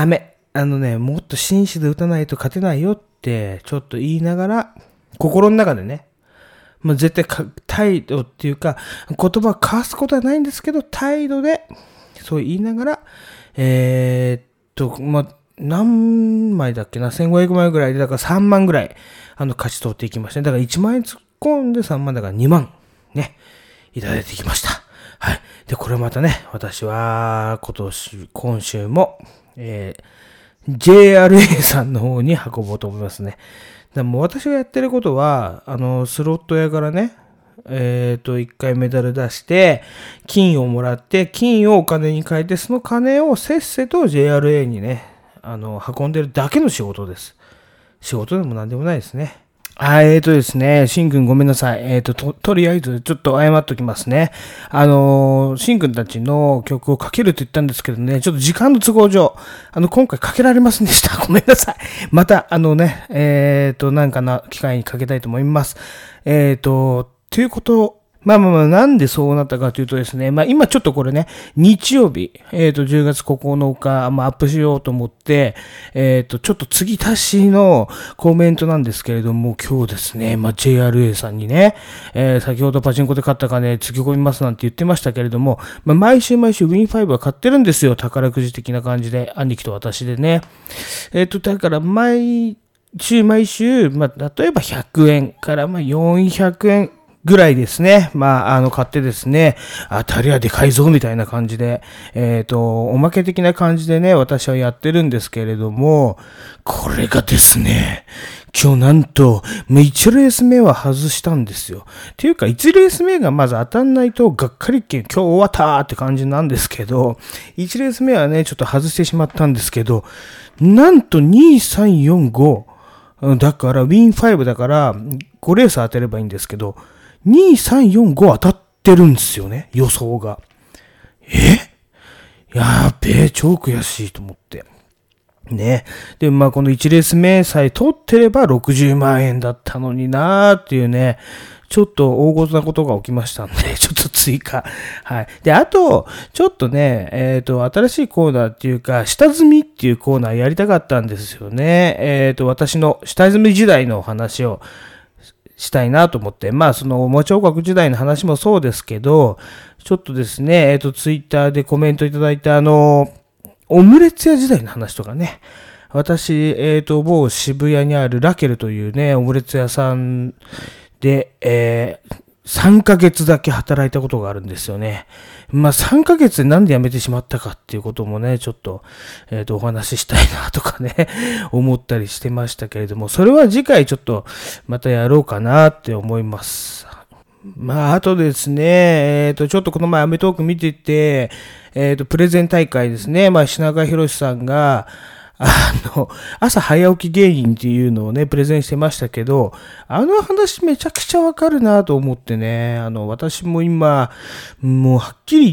あのね、もっと紳士で打たないと勝てないよってちょっと言いながら、心の中でね、まあ、絶対か態度っていうか、言葉を交わすことはないんですけど、態度でそう言いながら、えー、っと、まあ、何枚だっけな、せんごひゃくまいぐらいで、だからさんまんぐらい、あの、勝ち取っていきましたね。だからいちまんえん突っ込んでさんまんだからにまん、ね、いただいてきました。はい。で、これまたね、私は、今年、今週も、えー、ジェイアールエー さんの方に運ぼうと思いますね。でも私がやってることは、あの、スロット屋からね、えっと、一回メダル出して、金をもらって、金をお金に変えて、その金をせっせと ジェイアールエー にね、あの、運んでるだけの仕事です。仕事でもなんでもないですね。あ、えーとですね、シンくんごめんなさい。えーと、と、とりあえずちょっと謝っときますね。あのー、シンくんたちの曲をかけると言ったんですけどね、ちょっと時間の都合上、あの、今回かけられませんでした。ごめんなさい。また、あのね、えーと、なんかな機会にかけたいと思います。えーと、ということまあまあまあ、なんでそうなったかというとですね、まあ今ちょっとこれね、日曜日、えっと、じゅうがつここのか、まあアップしようと思って、えっと、ちょっと継ぎ足しのコメントなんですけれども、今日ですね、まあ ジェイアールエー さんにね、えー、先ほどパチンコで買った金、つぎ込みますなんて言ってましたけれども、まあ毎週毎週 ウィンファイブ は買ってるんですよ、宝くじ的な感じで、兄貴と私でね。えっと、だから毎週毎週、まあ例えばひゃくえんからまあよんひゃくえん、ぐらいですね。まあ、あの、買ってですね、当たりはでかいぞ、みたいな感じで、えっと、おまけ的な感じでね、私はやってるんですけれども、これがですね、今日なんと、いちレース目は外したんですよ。っていうか、いちレース目がまず当たんないと、がっかりっけん、今日終わったーって感じなんですけど、いちレース目はね、ちょっと外してしまったんですけど、なんとに、さん、よん、ご、だから、ウィンファイブだから、ごレース当てればいいんですけど、に、さん、よん、ご当たってるんですよね、予想が。えやーべえ、超悔しいと思って。ね。で、まあ、このいちレース目さえ取ってればろくじゅうまんえんだったのになーっていうね、ちょっと大ごとなことが起きましたんで、ちょっと追加。はい。で、あと、ちょっとね、えっと、新しいコーナーっていうか、下積みっていうコーナーやりたかったんですよね。えっと、私の下積み時代の話を、したいなと思って、まあそのおもちゃ王国時代の話もそうですけど、ちょっとですね、えっとツイッターでコメントいただいたあの、オムレツ屋時代の話とかね、私、えっと、某渋谷にあるラケルというね、オムレツ屋さんで、えー、さんかげつだけ働いたことがあるんですよね。まあさんかげつでなんで辞めてしまったかっていうこともね、ちょっと、えっと、お話ししたいなとかね、思ったりしてましたけれども、それは次回ちょっとまたやろうかなって思います。まあ、あとですね、えっと、ちょっとこの前アメトーーク見てて、えっと、プレゼン大会ですね、まあ、品川博さんが、あの、朝早起き芸人っていうのをね、プレゼンしてましたけど、あの話めちゃくちゃわかるなと思ってね、あの、私も今、もうはっきり言って、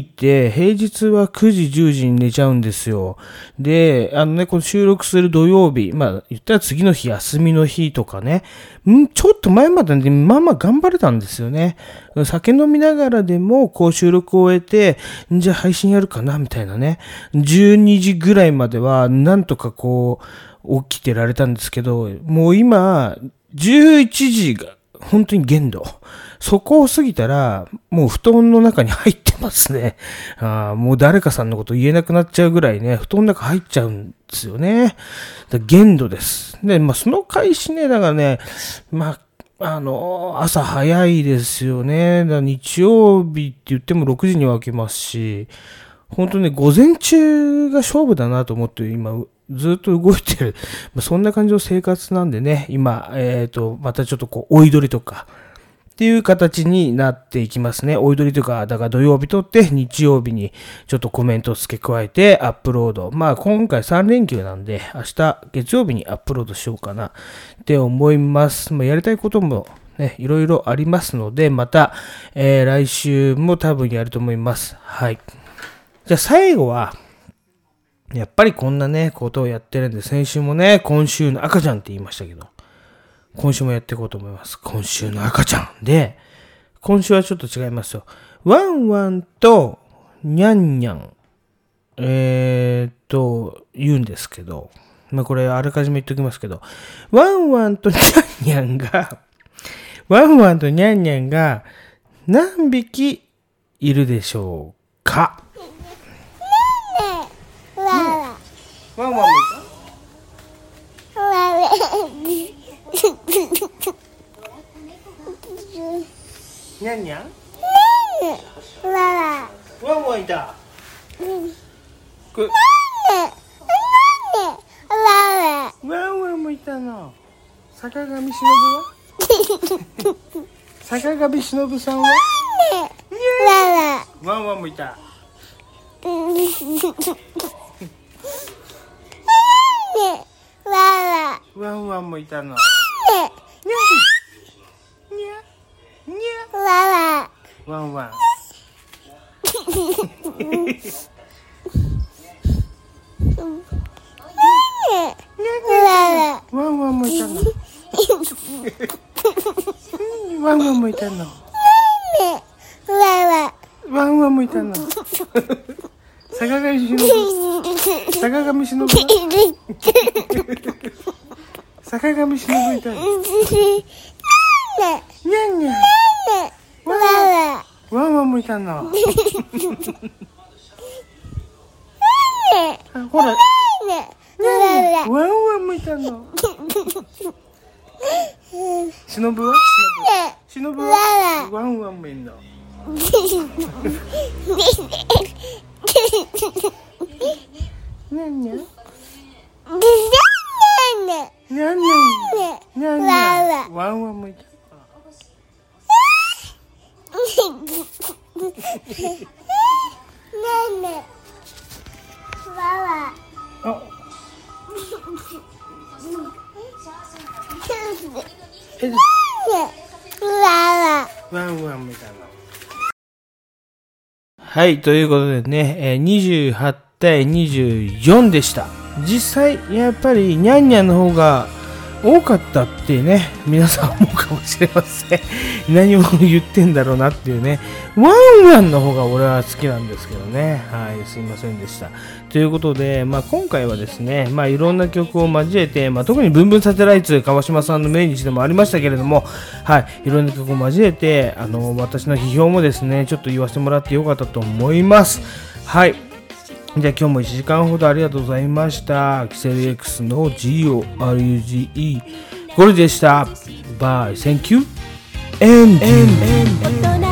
平日はくじ、じゅうじに寝ちゃうんですよ。で、あのね、この収録する土曜日、まあ、言ったら次の日、休みの日とかね、んちょっと前までね、まあまあ頑張れたんですよね。酒飲みながらでも、こう収録を終えて、じゃあ配信やるかなみたいなね。じゅうにじぐらいまでは、なんとかこう、起きてられたんですけど、もう今、じゅういちじが、本当に限度。そこを過ぎたら、もう布団の中に入ってますね。あもう誰かさんのこと言えなくなっちゃうぐらいね、布団の中入っちゃうんですよね。だ限度です。で、まあその開始ね、だからね、まあ、あの、朝早いですよね。だ日曜日って言ってもろくじには起きますし、本当ね、午前中が勝負だなと思って今、ずっと動いてる。そんな感じの生活なんでね、今、えっと、またちょっとこう、追い取りとか、っていう形になっていきますね。追い取りとか、だから土曜日とって日曜日にちょっとコメントを付け加えてアップロード。まあ今回さん連休なんで、明日月曜日にアップロードしようかなって思います。まあやりたいこともね、いろいろありますので、また、えー、来週も多分やると思います。はい。じゃあ最後は、やっぱりこんなね、ことをやってるんで、先週もね、今週の赤ちゃんって言いましたけど、今週もやっていこうと思います。今週の赤ちゃんで、今週はちょっと違いますよ。ワンワンとニャンニャン、えーっと、言うんですけど、 まあこれあらかじめ言っておきますけど、ワンワンとニャンニャンが、ワンワンとニャンニャンが何匹いるでしょうか。 ワンワン。 ワンワンもいた？ニャンニャン？ ワンワン。 ワンワンいた。これワンワンもいたの。坂上忍は？坂上忍さんは？ワンワンもいた。ワンワンもいたの。ワンワン。ワンワンもいたの。ワンワンもいたの。ワンワンもいたの。坂上忍。坂上忍は？坂上忍いたの。ニャンニャン。ワンワンもいたの。ほら。ワンワンもいたの。忍は？忍は？ワンワンもいるの。ニャンニャン。ニャンニャン。ニャンニャン。ワンワンもいた。あ。え、ワンワンもいたの。はい、ということでね、えー、にじゅうはちたいにじゅうよんでした。実際、やっぱりニャンニャンの方が多かったってね、皆さん思うかもしれません。何を言ってんだろうなっていうね。ワンワンの方が俺は好きなんですけどね。はい、すいませんでした。ということで、まあ今回はですね、まあいろんな曲を交えて、まあ特にブンブンサテライツ、川島さんの命日でもありましたけれども、はい、いろんな曲を交えて、あの、私の批評もですね、ちょっと言わせてもらってよかったと思います。はい。じゃあ今日もいちじかんほどありがとうございました。キセル X の ジーオーアールユージーイー これでした。バイ、Thank you and you.